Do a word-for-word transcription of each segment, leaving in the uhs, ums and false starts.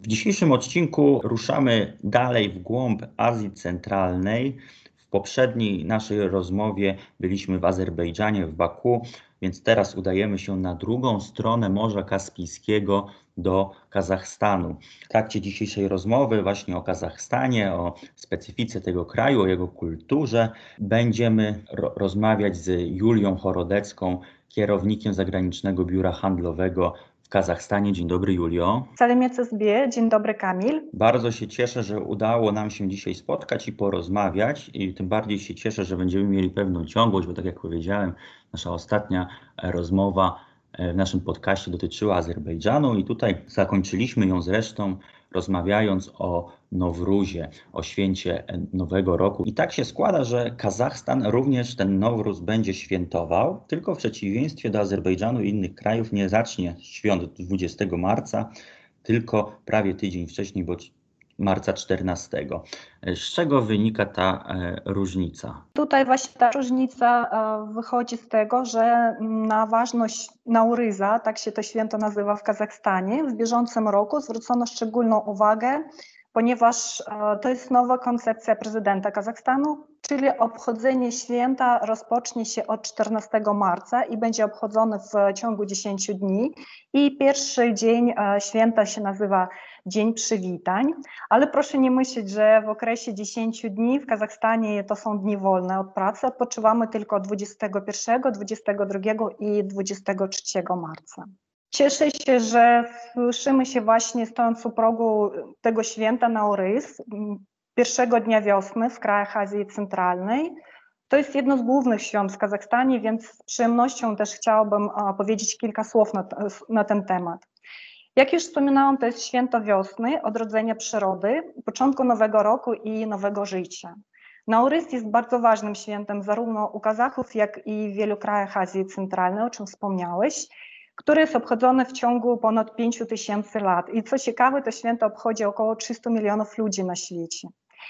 W dzisiejszym odcinku ruszamy dalej w głąb Azji Centralnej. W poprzedniej naszej rozmowie byliśmy w Azerbejdżanie, w Baku, więc teraz udajemy się na drugą stronę Morza Kaspijskiego do Kazachstanu. W trakcie dzisiejszej rozmowy właśnie o Kazachstanie, o specyfice tego kraju, o jego kulturze będziemy ro- rozmawiać z Julią Chorodecką, kierownikiem zagranicznego biura handlowego w Kazachstanie. Dzień dobry, Julio. Salimie C S B, dzień dobry Kamil. Bardzo się cieszę, że udało nam się dzisiaj spotkać i porozmawiać i tym bardziej się cieszę, że będziemy mieli pewną ciągłość, bo tak jak powiedziałem, nasza ostatnia rozmowa w naszym podcaście dotyczyła Azerbejdżanu i tutaj zakończyliśmy ją zresztą rozmawiając o Nowruzie, o święcie Nowego Roku. I tak się składa, że Kazachstan również ten Nowruz będzie świętował, tylko w przeciwieństwie do Azerbejdżanu i innych krajów nie zacznie świąt dwudziestego marca, tylko prawie tydzień wcześniej, bo marca czternastego. Z czego wynika ta e, różnica? Tutaj właśnie ta różnica e, wychodzi z tego, że na ważność Nauryza, tak się to święto nazywa w Kazachstanie, w bieżącym roku zwrócono szczególną uwagę, ponieważ e, to jest nowa koncepcja prezydenta Kazachstanu, czyli obchodzenie święta rozpocznie się od czternastego marca i będzie obchodzone w ciągu dziesięciu dni i pierwszy dzień e, święta się nazywa Dzień Przywitań, ale proszę nie myśleć, że w okresie dziesięciu dni w Kazachstanie to są dni wolne od pracy, odpoczywamy tylko dwudziestego pierwszego, dwudziestego drugiego i dwudziestego trzeciego marca. Cieszę się, że słyszymy się właśnie stojąc u progu tego święta Nowruz, pierwszego dnia wiosny w krajach Azji Centralnej. To jest jedno z głównych świąt w Kazachstanie, więc z przyjemnością też chciałabym powiedzieć kilka słów na, na ten temat. Jak już wspominałam, to jest święto wiosny, odrodzenia przyrody, początku nowego roku i nowego życia. Nowruz jest bardzo ważnym świętem zarówno u Kazachów, jak i w wielu krajach Azji Centralnej, o czym wspomniałeś, który jest obchodzony w ciągu ponad pięciu tysięcy lat. I co ciekawe, to święto obchodzi około trzystu milionów ludzi na świecie.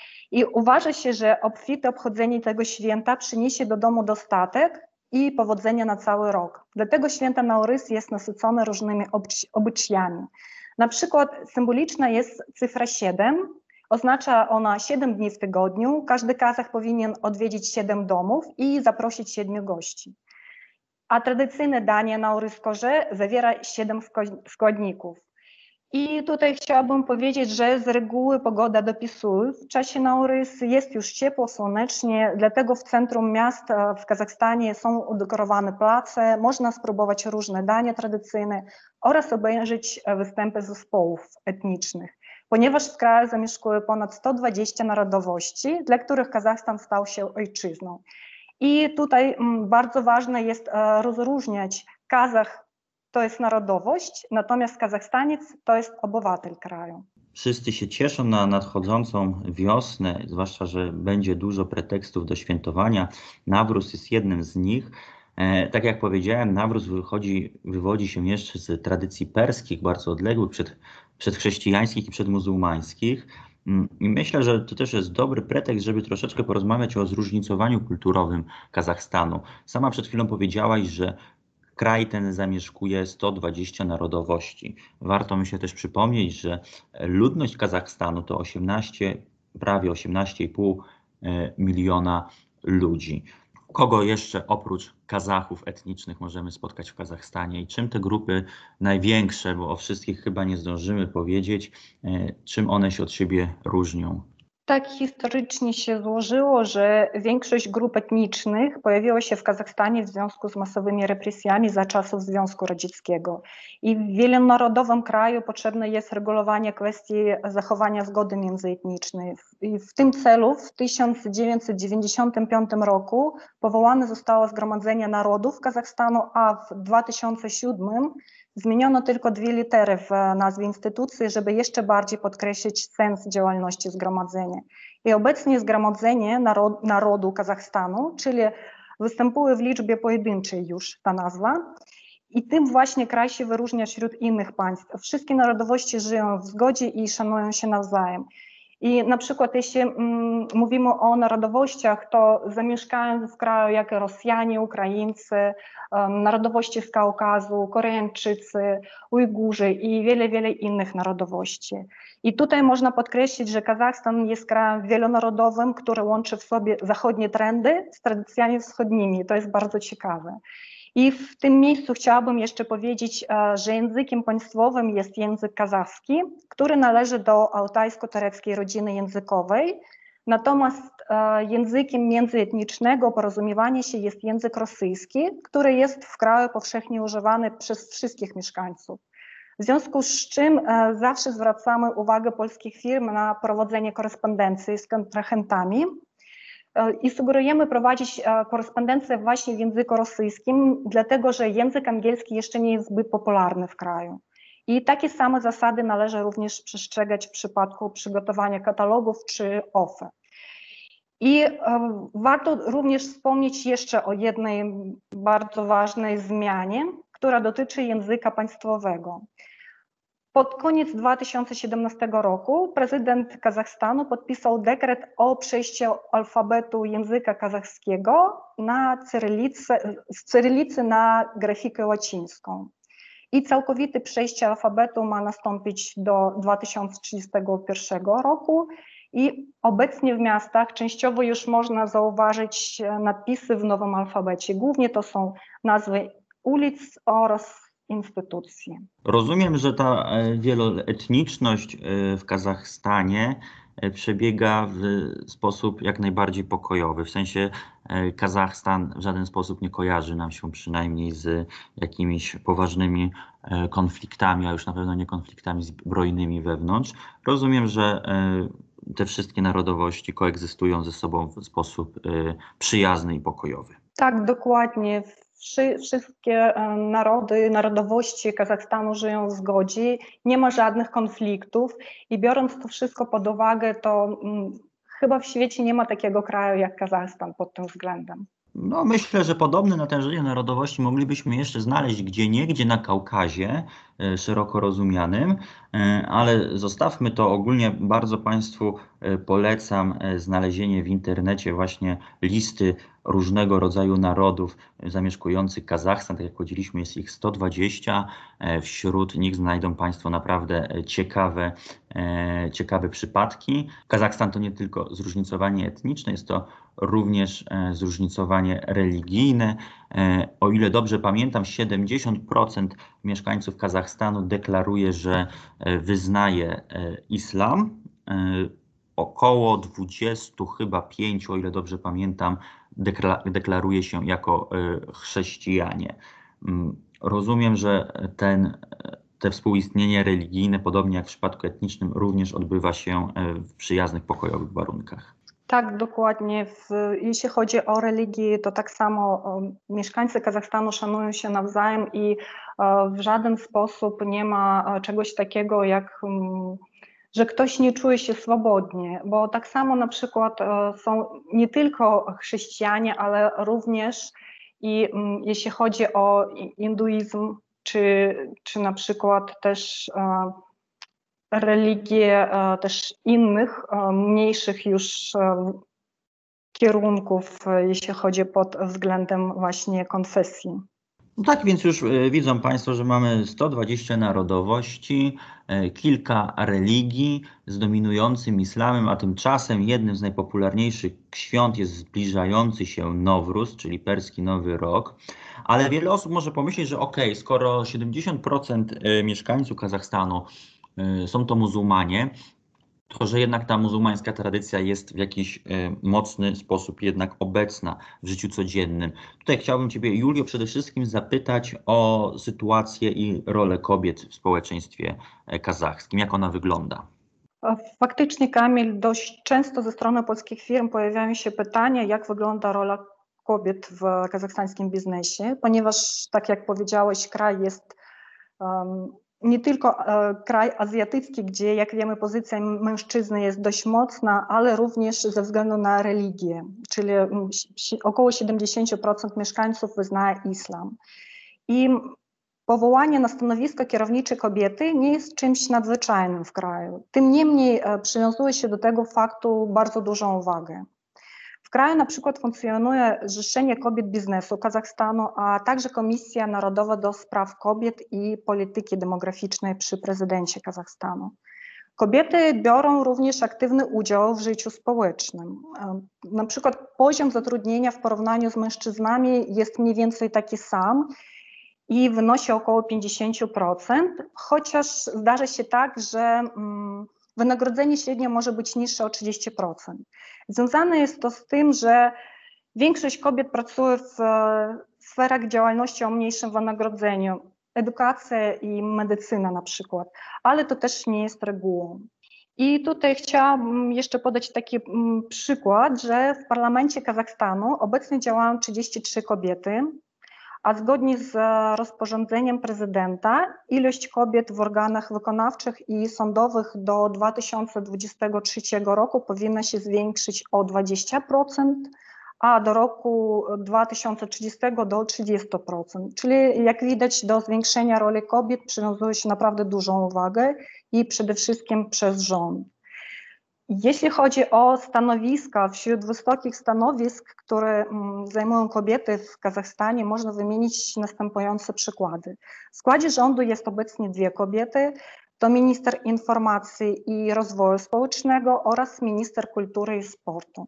I uważa się, że obfite obchodzenie tego święta przyniesie do domu dostatek i powodzenia na cały rok. Dlatego święta Nowruz jest nasycone różnymi obyczajami. Na przykład symboliczna jest cyfra siedem, oznacza ona siedem dni w tygodniu. Każdy Kazach powinien odwiedzić siedem domów i zaprosić siedmiu gości. A tradycyjne danie Nowruzkowe zawiera siedem składników. I tutaj chciałabym powiedzieć, że z reguły pogoda dopisuje. W czasie Nowruz jest już ciepło, słonecznie, dlatego w centrum miasta w Kazachstanie są udekorowane place, można spróbować różne dania tradycyjne oraz obejrzeć występy zespołów etnicznych. Ponieważ w kraju zamieszkuje ponad sto dwadzieścia narodowości, dla których Kazachstan stał się ojczyzną. I tutaj bardzo ważne jest rozróżniać Kazach to jest narodowość, natomiast Kazachstaniec to jest obywatel kraju. Wszyscy się cieszą na nadchodzącą wiosnę, zwłaszcza, że będzie dużo pretekstów do świętowania. Nowruz jest jednym z nich. E, tak jak powiedziałem, Nowruz wychodzi, wywodzi się jeszcze z tradycji perskich, bardzo odległych, przed, przedchrześcijańskich i przedmuzułmańskich. I myślę, że to też jest dobry pretekst, żeby troszeczkę porozmawiać o zróżnicowaniu kulturowym Kazachstanu. Sama przed chwilą powiedziałaś, że kraj ten zamieszkuje sto dwadzieścia narodowości. Warto mi się też przypomnieć, że ludność Kazachstanu to osiemnaście, prawie osiemnaście i pół miliona ludzi. Kogo jeszcze oprócz Kazachów etnicznych możemy spotkać w Kazachstanie i czym te grupy największe, bo o wszystkich chyba nie zdążymy powiedzieć, czym one się od siebie różnią? Tak historycznie się złożyło, że większość grup etnicznych pojawiła się w Kazachstanie w związku z masowymi represjami za czasów Związku Radzieckiego. I w wielonarodowym kraju potrzebne jest regulowanie kwestii zachowania zgody międzyetnicznej. I w tym celu w tysiąc dziewięćset dziewięćdziesiątym piątym roku powołane zostało Zgromadzenie Narodów Kazachstanu, a w dwa tysiące siódmym zmieniono tylko dwie litery w nazwie instytucji, żeby jeszcze bardziej podkreślić sens działalności zgromadzenia. I obecnie Zgromadzenie Narod Narodu Kazachstanu, czyli występuje w liczbie pojedynczej już ta nazwa. I tym właśnie kraj się wyróżnia wśród innych państw. Wszystkie narodowości żyją w zgodzie i szanują się nawzajem. I na przykład jeśli mm, mówimy o narodowościach, to zamieszkają w kraju jak Rosjanie, Ukraińcy, um, narodowości z Kaukazu, Koreańczycy, Ujgurzy i wiele, wiele innych narodowości. I tutaj można podkreślić, że Kazachstan jest krajem wielonarodowym, który łączy w sobie zachodnie trendy z tradycjami wschodnimi. To jest bardzo ciekawe. I w tym miejscu chciałabym jeszcze powiedzieć, że językiem państwowym jest język kazachski, który należy do altajsko-tureckiej rodziny językowej. Natomiast językiem międzyetnicznego porozumiewania się jest język rosyjski, który jest w kraju powszechnie używany przez wszystkich mieszkańców. W związku z czym zawsze zwracamy uwagę polskich firm na prowadzenie korespondencji z kontrahentami i sugerujemy prowadzić korespondencję właśnie w języku rosyjskim, dlatego że język angielski jeszcze nie jest zbyt popularny w kraju. I takie same zasady należy również przestrzegać w przypadku przygotowania katalogów czy ofert. I warto również wspomnieć jeszcze o jednej bardzo ważnej zmianie, która dotyczy języka państwowego. Pod koniec dwa tysiące siedemnastego roku prezydent Kazachstanu podpisał dekret o przejściu alfabetu języka kazachskiego na cyrylicę, z cyrylicy na grafikę łacińską. I całkowite przejście alfabetu ma nastąpić do dwa tysiące trzydziestego pierwszego roku i obecnie w miastach częściowo już można zauważyć napisy w nowym alfabecie. Głównie to są nazwy ulic oraz instytucji. Rozumiem, że ta wieloetniczność w Kazachstanie przebiega w sposób jak najbardziej pokojowy. W sensie Kazachstan w żaden sposób nie kojarzy nam się przynajmniej z jakimiś poważnymi konfliktami, a już na pewno nie konfliktami zbrojnymi wewnątrz. Rozumiem, że te wszystkie narodowości koegzystują ze sobą w sposób przyjazny i pokojowy. Tak, dokładnie. Wszystkie narody, narodowości Kazachstanu żyją w zgodzie, nie ma żadnych konfliktów i biorąc to wszystko pod uwagę, to hmm, chyba w świecie nie ma takiego kraju jak Kazachstan pod tym względem. No, myślę, że podobne natężenie narodowości moglibyśmy jeszcze znaleźć gdzieniegdzie na Kaukazie, szeroko rozumianym, ale zostawmy to. Ogólnie bardzo Państwu polecam znalezienie w internecie właśnie listy różnego rodzaju narodów zamieszkujących Kazachstan. Tak jak powiedzieliśmy, jest ich sto dwadzieścia. Wśród nich znajdą Państwo naprawdę ciekawe, ciekawe przypadki. Kazachstan to nie tylko zróżnicowanie etniczne, jest to również zróżnicowanie religijne. O ile dobrze pamiętam, siedemdziesiąt procent mieszkańców Kazachstanu deklaruje, że wyznaje islam. Około dwadzieścia, chyba pięć, o ile dobrze pamiętam, deklaruje się jako chrześcijanie. Rozumiem, że ten, te współistnienie religijne, podobnie jak w przypadku etnicznym, również odbywa się w przyjaznych, pokojowych warunkach. Tak, dokładnie. W, jeśli chodzi o religię, to tak samo um, mieszkańcy Kazachstanu szanują się nawzajem i um, w żaden sposób nie ma um, czegoś takiego jak, um, że ktoś nie czuje się swobodnie, bo tak samo na przykład um, są nie tylko chrześcijanie, ale również i um, jeśli chodzi o hinduizm, czy, czy na przykład też um, religie też innych, mniejszych już kierunków, jeśli chodzi pod względem właśnie konfesji. No tak, więc już widzą Państwo, że mamy sto dwadzieścia narodowości, kilka religii z dominującym islamem, a tymczasem jednym z najpopularniejszych świąt jest zbliżający się Nowruz, czyli perski Nowy Rok. Ale wiele osób może pomyśleć, że ok, skoro siedemdziesiąt procent mieszkańców Kazachstanu są to muzułmanie, to że jednak ta muzułmańska tradycja jest w jakiś mocny sposób jednak obecna w życiu codziennym. Tutaj chciałbym Ciebie, Julio, przede wszystkim zapytać o sytuację i rolę kobiet w społeczeństwie kazachskim. Jak ona wygląda? Faktycznie, Kamil, dość często ze strony polskich firm pojawiają się pytania, jak wygląda rola kobiet w kazachstańskim biznesie, ponieważ, tak jak powiedziałeś, kraj jest um, nie tylko e, kraj azjatycki, gdzie, jak wiemy, pozycja mężczyzny jest dość mocna, ale również ze względu na religię, czyli około siedemdziesiąt procent mieszkańców wyznaje islam. I powołanie na stanowisko kierownicze kobiety nie jest czymś nadzwyczajnym w kraju. Tym niemniej przywiązuje się do tego faktu bardzo dużą uwagę. W kraju na przykład funkcjonuje Zrzeszenie Kobiet Biznesu Kazachstanu, a także Komisja Narodowa do Spraw Kobiet i Polityki Demograficznej przy prezydencie Kazachstanu. Kobiety biorą również aktywny udział w życiu społecznym. Na przykład poziom zatrudnienia w porównaniu z mężczyznami jest mniej więcej taki sam i wynosi około pięćdziesiąt procent, chociaż zdarza się tak, że wynagrodzenie średnie może być niższe o trzydzieści procent. Związane jest to z tym, że większość kobiet pracuje w sferach działalności o mniejszym wynagrodzeniu, edukacja i medycyna na przykład, ale to też nie jest regułą. I tutaj chciałam jeszcze podać taki przykład, że w parlamencie Kazachstanu obecnie działają trzydzieści trzy kobiety, a zgodnie z rozporządzeniem prezydenta ilość kobiet w organach wykonawczych i sądowych do dwa tysiące dwudziestego trzeciego roku powinna się zwiększyć o dwadzieścia procent, a do roku dwa tysiące trzydziestego do trzydziestu procent. Czyli jak widać, do zwiększenia roli kobiet przywiązuje się naprawdę dużą uwagę i przede wszystkim przez rząd. Jeśli chodzi o stanowiska, wśród wysokich stanowisk, które zajmują kobiety w Kazachstanie, można wymienić następujące przykłady. W składzie rządu jest obecnie dwie kobiety, to minister informacji i rozwoju społecznego oraz minister kultury i sportu.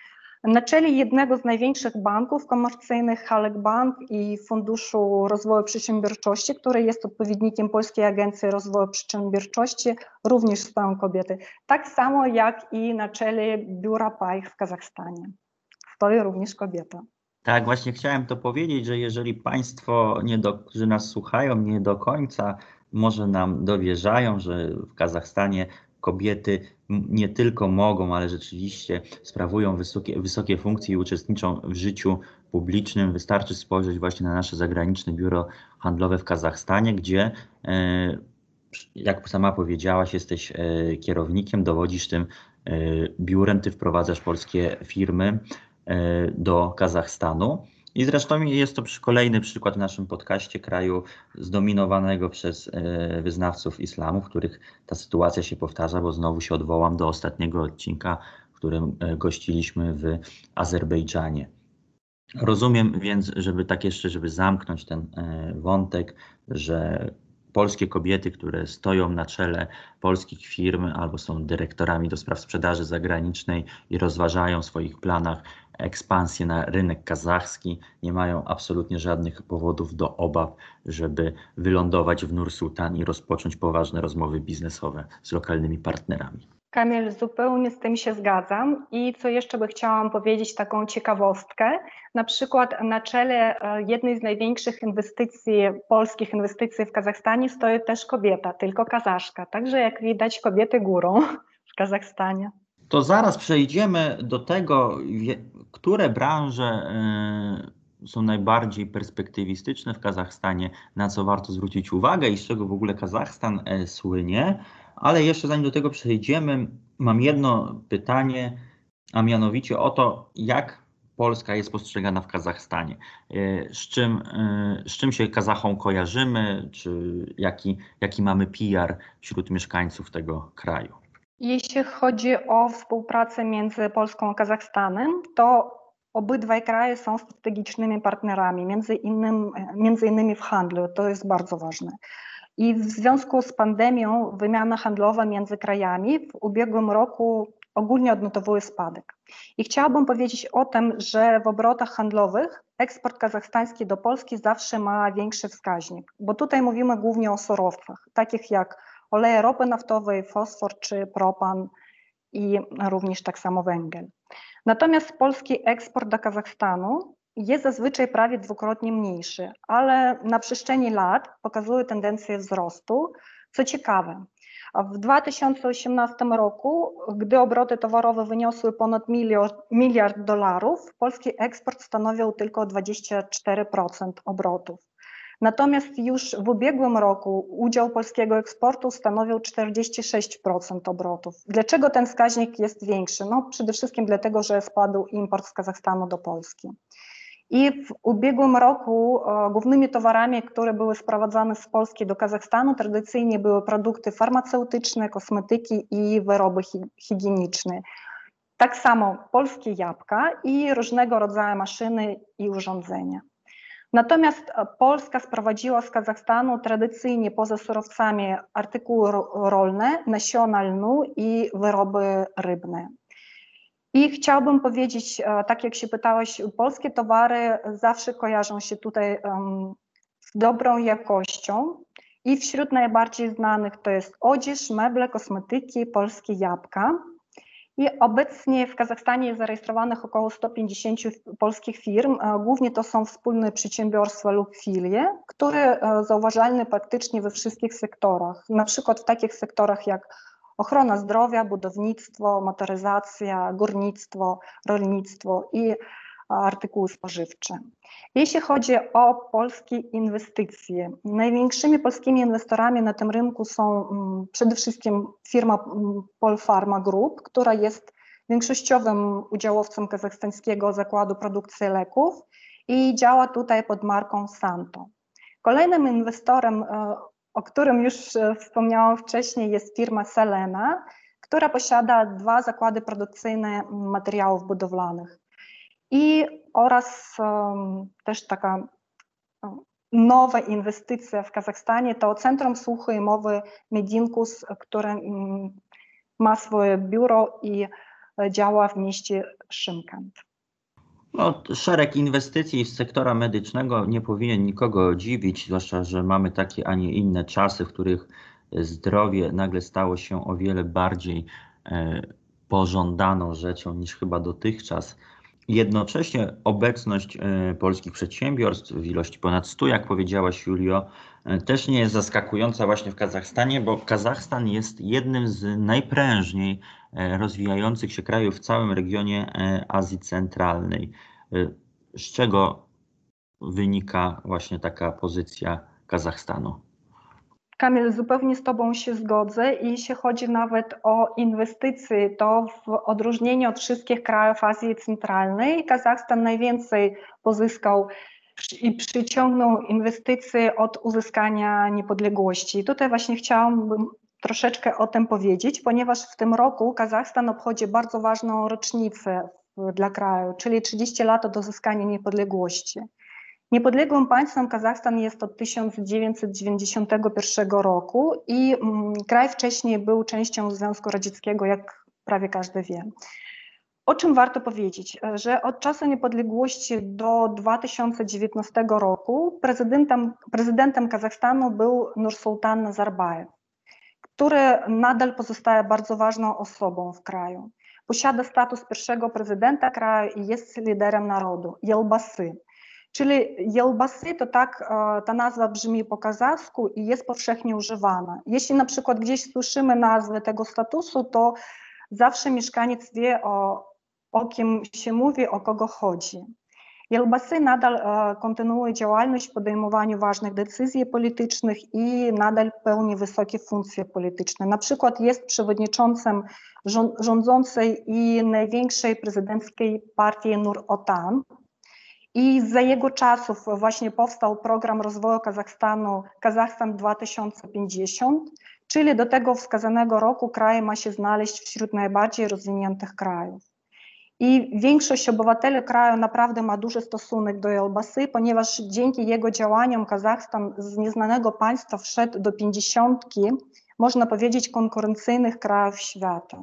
Na czele jednego z największych banków komercyjnych, Halyk Bank i Funduszu Rozwoju Przedsiębiorczości, który jest odpowiednikiem Polskiej Agencji Rozwoju Przedsiębiorczości, również stoją kobiety. Tak samo jak i na czele biura P A I w Kazachstanie. Stoi również kobieta. Tak, właśnie chciałem to powiedzieć, że jeżeli Państwo, nie do, którzy nas słuchają, nie do końca może nam dowierzają, że w Kazachstanie kobiety nie tylko mogą, ale rzeczywiście sprawują wysokie, wysokie funkcje i uczestniczą w życiu publicznym. Wystarczy spojrzeć właśnie na nasze zagraniczne biuro handlowe w Kazachstanie, gdzie, jak sama powiedziałaś, jesteś kierownikiem, dowodzisz tym biurem, ty wprowadzasz polskie firmy do Kazachstanu. I zresztą jest to kolejny przykład w naszym podcaście kraju zdominowanego przez wyznawców islamu, w których ta sytuacja się powtarza, bo znowu się odwołam do ostatniego odcinka, w którym gościliśmy w Azerbejdżanie. Rozumiem więc, żeby tak jeszcze, żeby zamknąć ten wątek, że polskie kobiety, które stoją na czele polskich firm albo są dyrektorami do spraw sprzedaży zagranicznej i rozważają w swoich planach ekspansję na rynek kazachski, nie mają absolutnie żadnych powodów do obaw, żeby wylądować w Nur-Sultan i rozpocząć poważne rozmowy biznesowe z lokalnymi partnerami. Kamil, zupełnie z tym się zgadzam i co jeszcze by chciałam powiedzieć, taką ciekawostkę, na przykład na czele jednej z największych inwestycji, polskich inwestycji w Kazachstanie stoi też kobieta, tylko kazaszka, także jak widać kobiety górą w Kazachstanie. To zaraz przejdziemy do tego, które branże są najbardziej perspektywistyczne w Kazachstanie, na co warto zwrócić uwagę i z czego w ogóle Kazachstan słynie. Ale jeszcze zanim do tego przejdziemy, mam jedno pytanie, a mianowicie o to, jak Polska jest postrzegana w Kazachstanie. Z czym, z czym się Kazachom kojarzymy, czy jaki, jaki mamy P R wśród mieszkańców tego kraju? Jeśli chodzi o współpracę między Polską a Kazachstanem, to obydwaj kraje są strategicznymi partnerami, między innymi, między innymi w handlu, to jest bardzo ważne. I w związku z pandemią wymiana handlowa między krajami w ubiegłym roku ogólnie odnotowuje spadek. I chciałabym powiedzieć o tym, że w obrotach handlowych eksport kazachstański do Polski zawsze ma większy wskaźnik, bo tutaj mówimy głównie o surowcach, takich jak oleje ropy naftowej, fosfor czy propan i również tak samo węgiel. Natomiast polski eksport do Kazachstanu jest zazwyczaj prawie dwukrotnie mniejszy, ale na przestrzeni lat pokazuje tendencję wzrostu. Co ciekawe, w dwa tysiące osiemnastym roku, gdy obroty towarowe wyniosły ponad miliard, miliard dolarów, polski eksport stanowił tylko dwadzieścia cztery procent obrotów. Natomiast już w ubiegłym roku udział polskiego eksportu stanowił czterdzieści sześć procent obrotów. Dlaczego ten wskaźnik jest większy? No przede wszystkim dlatego, że spadł import z Kazachstanu do Polski. I w ubiegłym roku e, głównymi towarami, które były sprowadzane z Polski do Kazachstanu, tradycyjnie były produkty farmaceutyczne, kosmetyki i wyroby hi higieniczne. Tak samo polskie jabłka i różnego rodzaju maszyny i urządzenia. Natomiast Polska sprowadziła z Kazachstanu tradycyjnie poza surowcami artykuły rolne, nasiona lnu i wyroby rybne. I chciałbym powiedzieć, tak jak się pytałeś, polskie towary zawsze kojarzą się tutaj um, z dobrą jakością i wśród najbardziej znanych to jest odzież, meble, kosmetyki, polskie jabłka. I obecnie w Kazachstanie jest zarejestrowanych około sto pięćdziesiąt polskich firm. Głównie to są wspólne przedsiębiorstwa lub filie, które zauważalne praktycznie we wszystkich sektorach. Na przykład w takich sektorach jak ochrona zdrowia, budownictwo, motoryzacja, górnictwo, rolnictwo i artykuły spożywcze. Jeśli chodzi o polskie inwestycje, największymi polskimi inwestorami na tym rynku są um, przede wszystkim firma um, Polpharma Group, która jest większościowym udziałowcem kazachstańskiego zakładu produkcji leków i działa tutaj pod marką Santo. Kolejnym inwestorem, uh, o którym już uh, wspomniałam wcześniej, jest firma Selena, która posiada dwa zakłady produkcyjne materiałów budowlanych. I oraz um, też taka um, nowa inwestycja w Kazachstanie to Centrum Słuchu i Mowy Medinkus, które um, ma swoje biuro i e, działa w mieście Szymkent. No, szereg inwestycji z sektora medycznego nie powinien nikogo dziwić, zwłaszcza że mamy takie, a nie inne czasy, w których zdrowie nagle stało się o wiele bardziej e, pożądaną rzeczą niż chyba dotychczas. Jednocześnie obecność e, polskich przedsiębiorstw w ilości ponad stu, jak powiedziałaś, Julio, e, też nie jest zaskakująca właśnie w Kazachstanie, bo Kazachstan jest jednym z najprężniej e, rozwijających się krajów w całym regionie e, Azji Centralnej. E, z czego wynika właśnie taka pozycja Kazachstanu? Kamil, zupełnie z Tobą się zgodzę i jeśli chodzi nawet o inwestycje, to w odróżnieniu od wszystkich krajów Azji Centralnej, Kazachstan najwięcej pozyskał i przyciągnął inwestycje od uzyskania niepodległości. I tutaj właśnie chciałabym troszeczkę o tym powiedzieć, ponieważ w tym roku Kazachstan obchodzi bardzo ważną rocznicę dla kraju, czyli trzydzieści lat od uzyskania niepodległości. Niepodległym państwem Kazachstan jest od tysiąc dziewięćset dziewięćdziesiątego pierwszego roku i mm, kraj wcześniej był częścią Związku Radzieckiego, jak prawie każdy wie. O czym warto powiedzieć, że od czasu niepodległości do dwa tysiące dziewiętnastego roku prezydentem, prezydentem Kazachstanu był Nursultan Nazarbajew, który nadal pozostaje bardzo ważną osobą w kraju. Posiada status pierwszego prezydenta kraju i jest liderem narodu, Елбасы. Czyli Елбасы to tak ta nazwa brzmi po kazachsku i jest powszechnie używana. Jeśli na przykład gdzieś słyszymy nazwę tego statusu, to zawsze mieszkaniec wie, o, o kim się mówi, o kogo chodzi. Елбасы nadal kontynuuje działalność w podejmowaniu ważnych decyzji politycznych i nadal pełni wysokie funkcje polityczne. Na przykład jest przewodniczącym rządzącej i największej prezydenckiej partii Nur-Otan. I za jego czasów właśnie powstał program rozwoju Kazachstanu Kazachstan dwa tysiące pięćdziesiąt, czyli do tego wskazanego roku kraj ma się znaleźć wśród najbardziej rozwiniętych krajów. I większość obywateli kraju naprawdę ma duży stosunek do Елбасы, ponieważ dzięki jego działaniom Kazachstan z nieznanego państwa wszedł do pięćdziesiątki, można powiedzieć, konkurencyjnych krajów świata.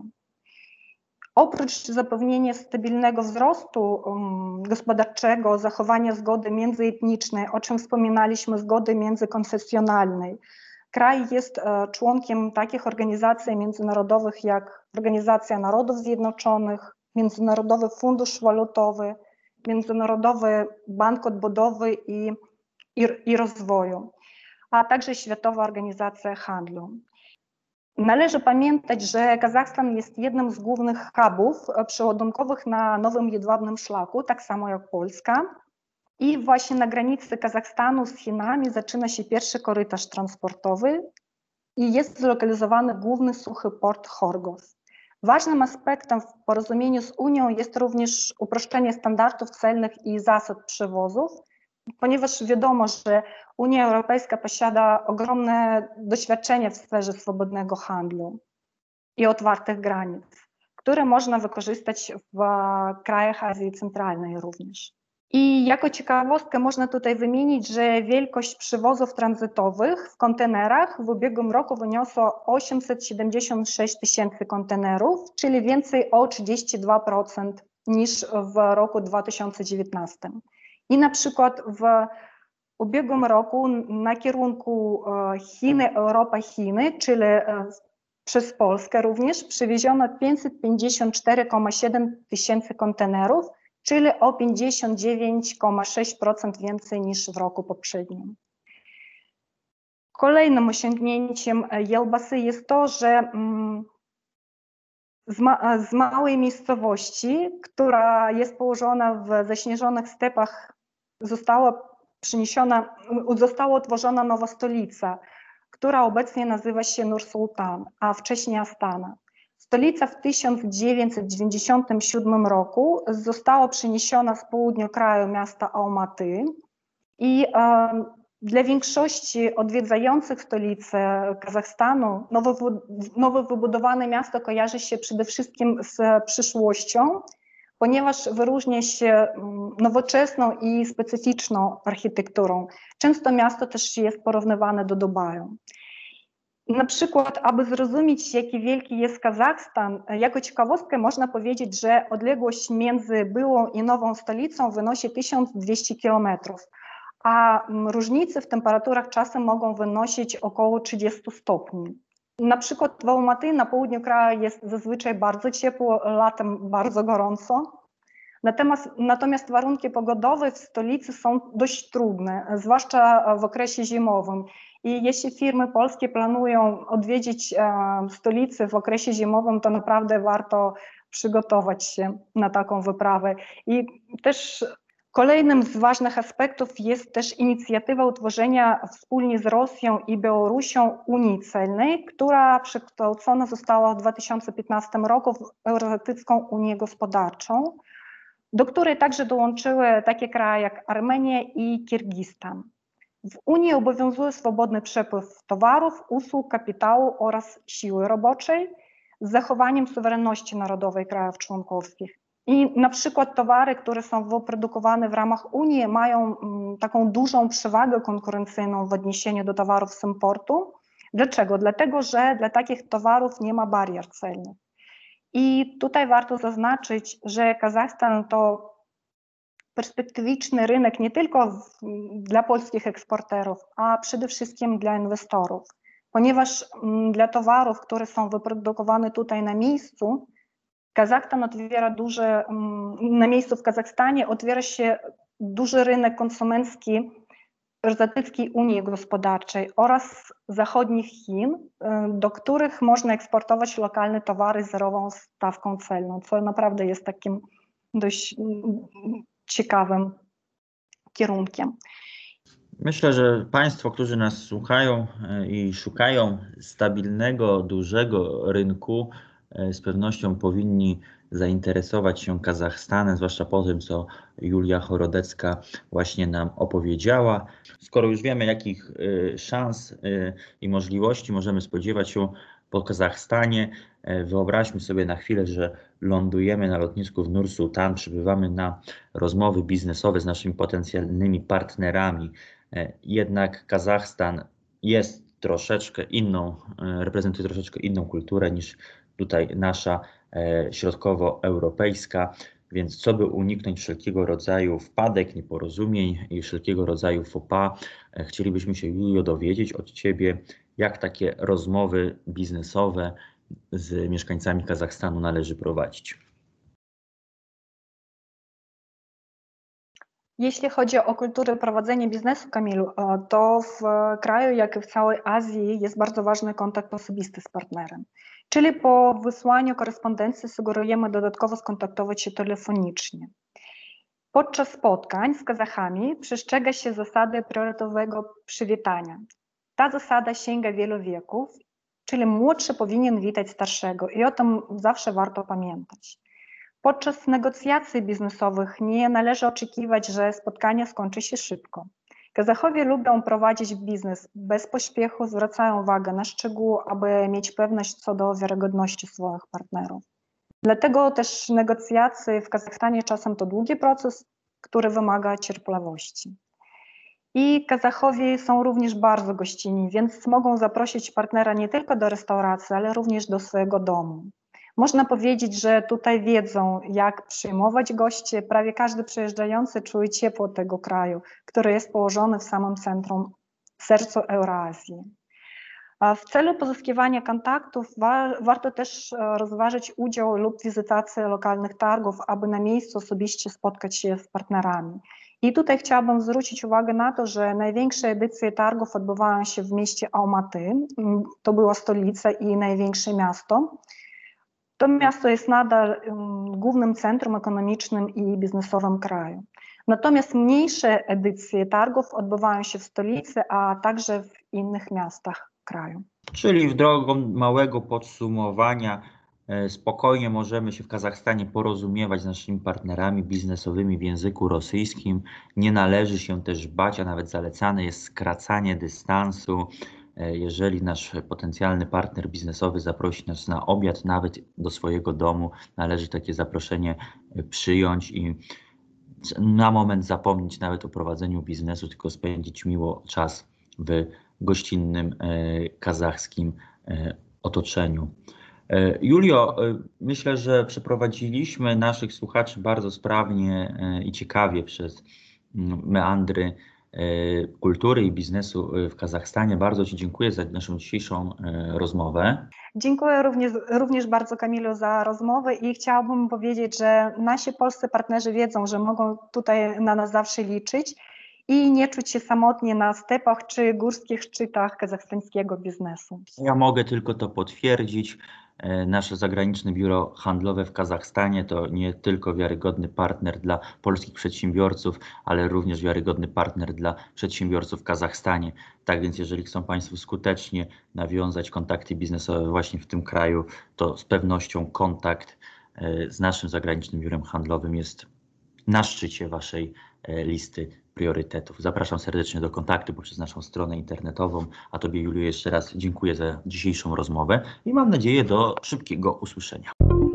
Oprócz zapewnienia stabilnego wzrostu um, gospodarczego, zachowania zgody międzyetnicznej, o czym wspominaliśmy, zgody międzykonfesjonalnej, kraj jest e, członkiem takich organizacji międzynarodowych jak Organizacja Narodów Zjednoczonych, Międzynarodowy Fundusz Walutowy, Międzynarodowy Bank Odbudowy i, i, i Rozwoju, a także Światowa Organizacja Handlu. Należy pamiętać, że Kazachstan jest jednym z głównych hubów przeładunkowych na nowym jedwabnym szlaku, tak samo jak Polska. I właśnie na granicy Kazachstanu z Chinami zaczyna się pierwszy korytarz transportowy i jest zlokalizowany główny suchy port Chorgos. Ważnym aspektem w porozumieniu z Unią jest również uproszczenie standardów celnych i zasad przewozów, ponieważ wiadomo, że Unia Europejska posiada ogromne doświadczenie w sferze swobodnego handlu i otwartych granic, które można wykorzystać w krajach Azji Centralnej również. I jako ciekawostkę można tutaj wymienić, że wielkość przewozów tranzytowych w kontenerach w ubiegłym roku wyniosła osiemset siedemdziesiąt sześć tysięcy kontenerów, czyli więcej o trzydzieści dwa procent niż w roku dwa tysiące dziewiętnastym. I na przykład w ubiegłym roku na kierunku Chiny, Europa, Chiny, czyli przez Polskę również przywieziono pięćset pięćdziesiąt cztery przecinek siedem tysięcy kontenerów, czyli o pięćdziesiąt dziewięć przecinek sześć procent więcej niż w roku poprzednim. Kolejnym osiągnięciem Jelbasy jest to, że z, ma z małej miejscowości, która jest położona w zaśnieżonych stepach, została przeniesiona, została utworzona nowa stolica, która obecnie nazywa się Nur-Sultan, a wcześniej Astana. Stolica w tysiąc dziewięćset dziewięćdziesiątym siódmym roku została przeniesiona z południa kraju miasta Almaty i e, dla większości odwiedzających stolicę Kazachstanu nowo, nowo wybudowane miasto kojarzy się przede wszystkim z przyszłością, ponieważ wyróżnia się nowoczesną i specyficzną architekturą. Często miasto też jest porównywane do Dubaju. Na przykład, aby zrozumieć, jaki wielki jest Kazachstan, jako ciekawostkę można powiedzieć, że odległość między byłą i nową stolicą wynosi tysiąc dwieście kilometrów, a różnice w temperaturach czasem mogą wynosić około trzydzieści stopni. Na przykład w Almaty na południu kraju jest zazwyczaj bardzo ciepło, latem bardzo gorąco. Natomiast, natomiast warunki pogodowe w stolicy są dość trudne, zwłaszcza w okresie zimowym. I jeśli firmy polskie planują odwiedzić e, stolicę w okresie zimowym, to naprawdę warto przygotować się na taką wyprawę. I też kolejnym z ważnych aspektów jest też inicjatywa utworzenia wspólnie z Rosją i Białorusią Unii Celnej, która przekształcona została w dwa tysiące piętnastym roku w Euroazjatycką Unię Gospodarczą, do której także dołączyły takie kraje jak Armenia i Kirgistan. W Unii obowiązuje swobodny przepływ towarów, usług, kapitału oraz siły roboczej z zachowaniem suwerenności narodowej krajów członkowskich. I na przykład towary, które są wyprodukowane w ramach Unii, mają mm, taką dużą przewagę konkurencyjną w odniesieniu do towarów z importu. Dlaczego? Dlatego, że dla takich towarów nie ma barier celnych. I tutaj warto zaznaczyć, że Kazachstan to perspektywiczny rynek nie tylko w, dla polskich eksporterów, a przede wszystkim dla inwestorów, ponieważ m, dla towarów, które są wyprodukowane tutaj na miejscu, Kazachstan otwiera duży, m, na miejscu w Kazachstanie otwiera się duży rynek konsumencki Azjatyckiej Unii Gospodarczej oraz zachodnich Chin, do których można eksportować lokalne towary z zerową stawką celną, co naprawdę jest takim dość ciekawym kierunkiem. Myślę, że Państwo, którzy nas słuchają i szukają stabilnego, dużego rynku, z pewnością powinni zainteresować się Kazachstanem, zwłaszcza po tym, co Julia Chorodecka właśnie nam opowiedziała. Skoro już wiemy, jakich szans i możliwości możemy spodziewać się po Kazachstanie, wyobraźmy sobie na chwilę, że lądujemy na lotnisku w Nur-Sultan, przybywamy na rozmowy biznesowe z naszymi potencjalnymi partnerami. Jednak Kazachstan jest troszeczkę inną, reprezentuje troszeczkę inną kulturę niż tutaj nasza środkowoeuropejska, więc co by uniknąć wszelkiego rodzaju wpadek, nieporozumień i wszelkiego rodzaju faux pas, chcielibyśmy się, Julio, dowiedzieć od Ciebie, jak takie rozmowy biznesowe z mieszkańcami Kazachstanu należy prowadzić. Jeśli chodzi o kulturę prowadzenia biznesu, Kamilu, to w kraju, jak i w całej Azji jest bardzo ważny kontakt osobisty z partnerem. Czyli po wysłaniu korespondencji sugerujemy dodatkowo skontaktować się telefonicznie. Podczas spotkań z Kazachami przestrzega się zasady priorytetowego przywitania. Ta zasada sięga wielu wieków, czyli młodszy powinien witać starszego i o tym zawsze warto pamiętać. Podczas negocjacji biznesowych nie należy oczekiwać, że spotkanie skończy się szybko. Kazachowie lubią prowadzić biznes bez pośpiechu, zwracają uwagę na szczegóły, aby mieć pewność co do wiarygodności swoich partnerów. Dlatego też negocjacje w Kazachstanie czasem to długi proces, który wymaga cierpliwości. I Kazachowie są również bardzo gościnni, więc mogą zaprosić partnera nie tylko do restauracji, ale również do swojego domu. Można powiedzieć, że tutaj wiedzą, jak przyjmować gości. Prawie każdy przyjeżdżający czuje ciepło tego kraju, który jest położony w samym centrum, w sercu Eurazji. W celu pozyskiwania kontaktów wa warto też rozważyć udział lub wizytację lokalnych targów, aby na miejscu osobiście spotkać się z partnerami. I tutaj chciałabym zwrócić uwagę na to, że największe edycje targów odbywają się w mieście Almaty. To była stolica i największe miasto. To miasto jest nadal um, głównym centrum ekonomicznym i biznesowym kraju. Natomiast mniejsze edycje targów odbywają się w stolicy, a także w innych miastach kraju. Czyli w drogą małego podsumowania e, spokojnie możemy się w Kazachstanie porozumiewać z naszymi partnerami biznesowymi w języku rosyjskim. Nie należy się też bać, a nawet zalecane jest skracanie dystansu. Jeżeli nasz potencjalny partner biznesowy zaprosi nas na obiad, nawet do swojego domu, należy takie zaproszenie przyjąć i na moment zapomnieć nawet o prowadzeniu biznesu, tylko spędzić miło czas w gościnnym kazachskim otoczeniu. Julio, myślę, że przeprowadziliśmy naszych słuchaczy bardzo sprawnie i ciekawie przez meandry kultury i biznesu w Kazachstanie. Bardzo Ci dziękuję za naszą dzisiejszą rozmowę. Dziękuję również, również bardzo, Kamilu, za rozmowę i chciałabym powiedzieć, że nasi polscy partnerzy wiedzą, że mogą tutaj na nas zawsze liczyć i nie czuć się samotnie na stepach czy górskich szczytach kazachstańskiego biznesu. Ja mogę tylko to potwierdzić. Nasze zagraniczne biuro handlowe w Kazachstanie to nie tylko wiarygodny partner dla polskich przedsiębiorców, ale również wiarygodny partner dla przedsiębiorców w Kazachstanie. Tak więc jeżeli chcą Państwo skutecznie nawiązać kontakty biznesowe właśnie w tym kraju, to z pewnością kontakt z naszym zagranicznym biurem handlowym jest na szczycie Waszej listy priorytetów. Zapraszam serdecznie do kontaktu poprzez naszą stronę internetową, a Tobie, Juliu, jeszcze raz dziękuję za dzisiejszą rozmowę i mam nadzieję do szybkiego usłyszenia.